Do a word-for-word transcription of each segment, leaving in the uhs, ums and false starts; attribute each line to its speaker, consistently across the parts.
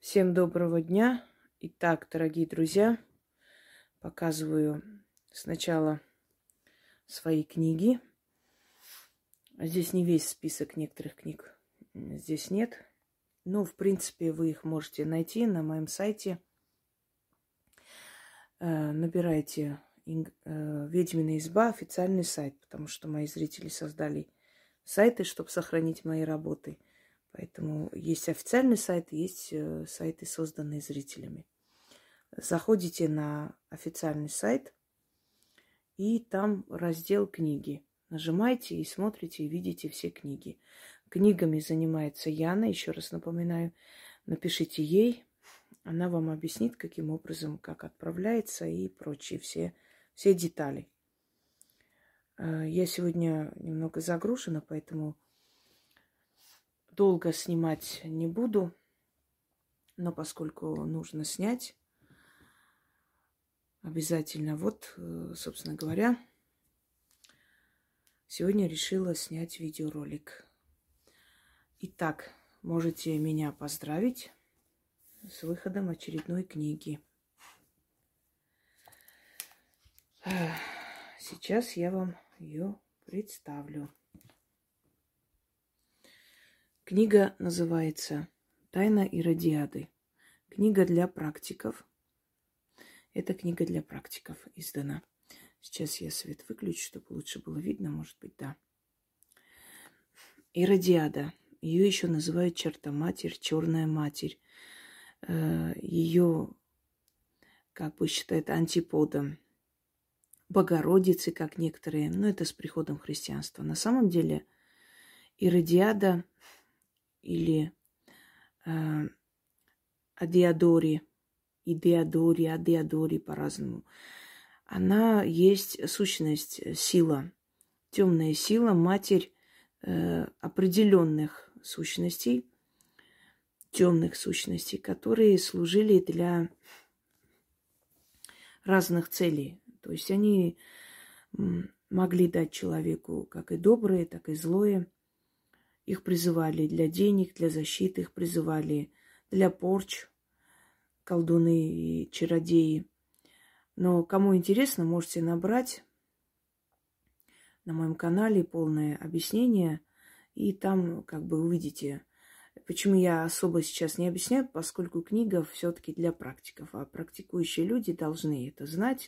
Speaker 1: Всем доброго дня. Итак, дорогие друзья, показываю сначала свои книги. Здесь не весь список некоторых книг, здесь нет. Но, в принципе, вы их можете найти на моем сайте. Набирайте «Ведьмина изба» официальный сайт, потому что мои зрители создали сайты, чтобы сохранить мои работы. Поэтому есть официальный сайт, есть сайты, созданные зрителями. Заходите на официальный сайт, и там раздел «Книги». Нажимаете и смотрите, и видите все книги. Книгами занимается Яна, еще раз напоминаю. Напишите ей, она вам объяснит, каким образом, как отправляется и прочие все, все детали. Я сегодня немного загружена, поэтому долго снимать не буду. Но поскольку нужно снять, обязательно. Вот, собственно говоря, сегодня решила снять видеоролик. Итак, можете меня поздравить с выходом очередной книги. Сейчас я вам ее представлю. Книга называется «Тайна Иродиады». Книга для практиков. Эта книга для практиков издана. Сейчас я свет выключу, чтобы лучше было видно, может быть, да. Иродиада. Ее еще называют Чертоматерь, Черная Матерь. Ее, как бы считают, антиподом Богородицы, как некоторые, но это с приходом христианства. На самом деле Иродиада или э, Адиадори, Идеадори, Адиадори по-разному, она есть сущность, сила, темная сила, матерь э, определенных сущностей, темных сущностей, которые служили для разных целей. То есть они могли дать человеку как и доброе, так и злое. Их призывали для денег, для защиты, их призывали для порч, колдуны и чародеи. Но кому интересно, можете набрать на моем канале полное объяснение, и там как бы увидите. Почему я особо сейчас не объясняю, поскольку книга все-таки для практиков, а практикующие люди должны это знать,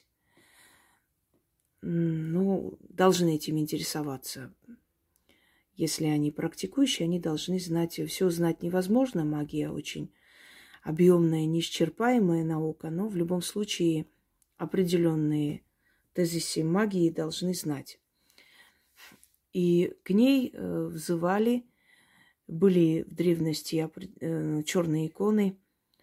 Speaker 1: ну, должны этим интересоваться. Если они практикующие, они должны знать. Все знать невозможно, магия очень объемная, неисчерпаемая наука, но в любом случае определенные тезисы магии должны знать. И к ней взывали, были в древности черные иконы,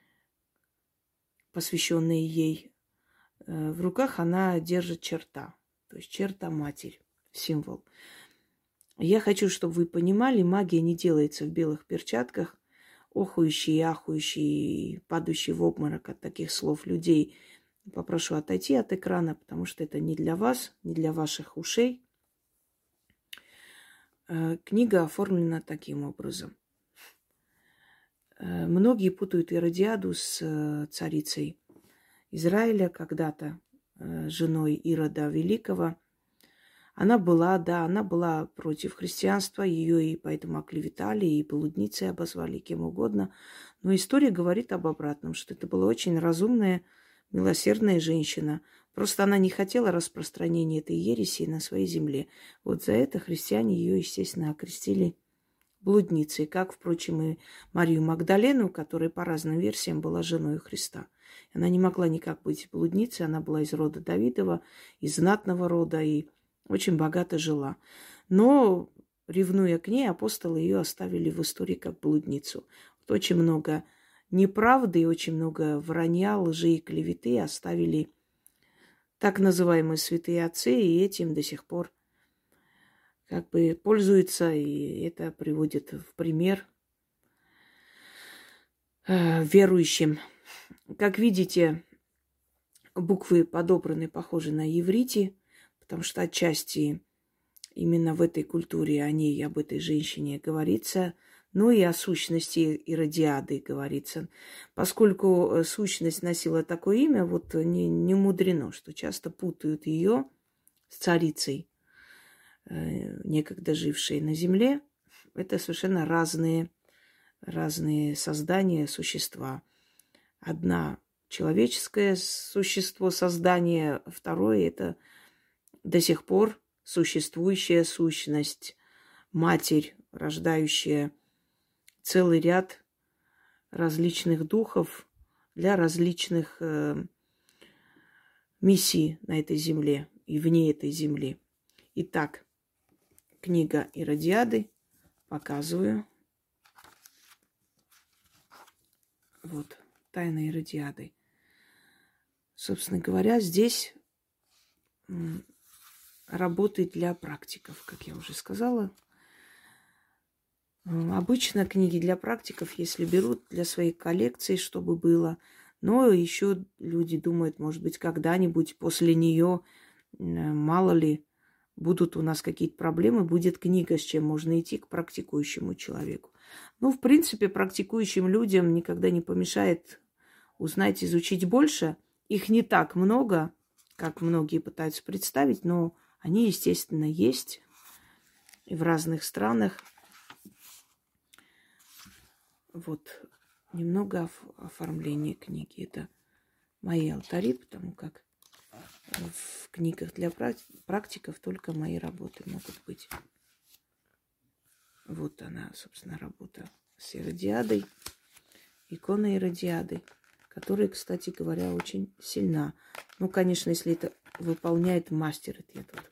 Speaker 1: посвященные ей. В руках она держит черта, то есть черта-матерь, символ. Я хочу, чтобы вы понимали, магия не делается в белых перчатках. Охующие, ахующие, падающие в обморок от таких слов людей попрошу отойти от экрана, потому что это не для вас, не для ваших ушей. Книга оформлена таким образом. Многие путают Иродиаду с царицей Израиля, когда-то женой Ирода Великого. Она была, да, она была против христианства, ее и поэтому оклеветали, и блудницей обозвали, кем угодно. Но история говорит об обратном, что это была очень разумная, милосердная женщина. Просто она не хотела распространения этой ереси на своей земле. Вот за это христиане ее, естественно, окрестили блудницей, как, впрочем, и Марию Магдалену, которая по разным версиям была женой Христа. Она не могла никак быть блудницей, она была из рода Давидова, из знатного рода, и очень богато жила. Но, ревнуя к ней, апостолы ее оставили в истории как блудницу. Вот очень много неправды и очень много вранья, лжи и клеветы оставили так называемые святые отцы, и этим до сих пор как бы пользуются, и это приводит в пример э, верующим. Как видите, буквы подобраны, похожи на иврите, потому что отчасти именно в этой культуре о ней, об этой женщине говорится. Ну и о сущности Иродиады говорится. Поскольку сущность носила такое имя, вот не, не мудрено, что часто путают ее с царицей, э, некогда жившей на земле. Это совершенно разные, разные создания, существа. Одна человеческое существо, создание, второе это до сих пор существующая сущность, матерь, рождающая целый ряд различных духов для различных э, миссий на этой земле и вне этой земли. Итак, книга Иродиады. Показываю. Вот, тайна Иродиады. Собственно говоря, здесь м, работает для практиков, как я уже сказала. Обычно книги для практиков, если берут для своей коллекции, чтобы было. Но еще люди думают, может быть, когда-нибудь после нее, мало ли, будут у нас какие-то проблемы, будет книга, с чем можно идти к практикующему человеку. Ну, в принципе, практикующим людям никогда не помешает узнать, изучить больше. Их не так много, как многие пытаются представить, но они, естественно, есть и в разных странах. Вот немного оформления книги. Это мои алтари, потому как в книгах для практиков только мои работы могут быть. Вот она, собственно, работа с Иродиадой, икона Иродиады, которая, кстати говоря, очень сильна. Ну, конечно, если это выполняет мастер этот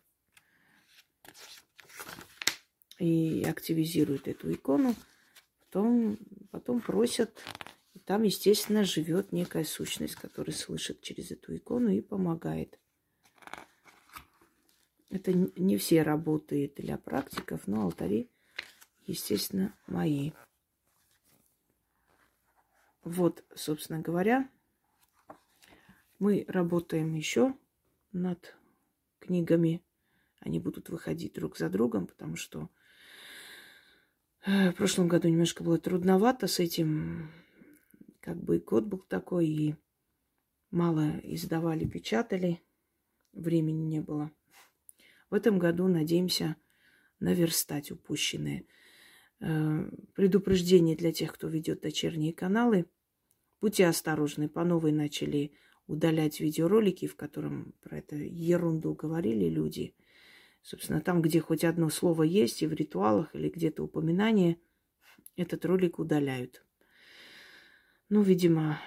Speaker 1: и активизирует эту икону, потом, потом просят, и там, естественно, живет некая сущность, которая слышит через эту икону и помогает. Это не все работы для практиков, но алтари, естественно, мои. Вот, собственно говоря, мы работаем еще над книгами. Они будут выходить друг за другом, потому что в прошлом году немножко было трудновато с этим. Как бы год был такой, и мало издавали, печатали. Времени не было. В этом году надеемся наверстать упущенное. Предупреждение для тех, кто ведет дочерние каналы. Будьте осторожны. По новой начали удалять видеоролики, в котором про эту ерунду говорили люди. Собственно, там, где хоть одно слово есть, и в ритуалах, или где-то упоминание, этот ролик удаляют. Ну, видимо,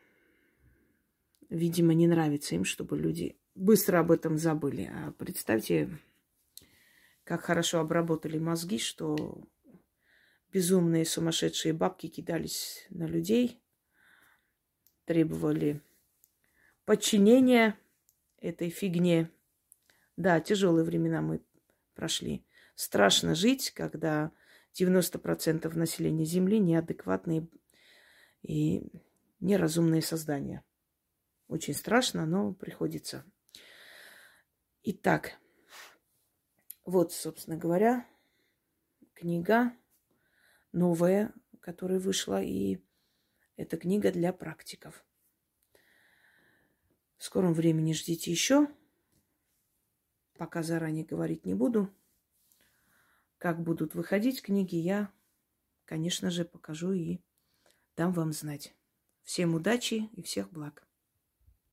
Speaker 1: видимо, не нравится им, чтобы люди быстро об этом забыли. А представьте, как хорошо обработали мозги, что безумные сумасшедшие бабки кидались на людей, требовали подчинения этой фигне. Да, тяжелые времена мы прошли. Страшно жить, когда девяносто процентов населения Земли неадекватные и неразумные создания. Очень страшно, но приходится. Итак, вот, собственно говоря, книга новая, которая вышла, и это книга для практиков. В скором времени ждите еще. Пока заранее говорить не буду. Как будут выходить книги, я, конечно же, покажу и дам вам знать. Всем удачи и всех благ.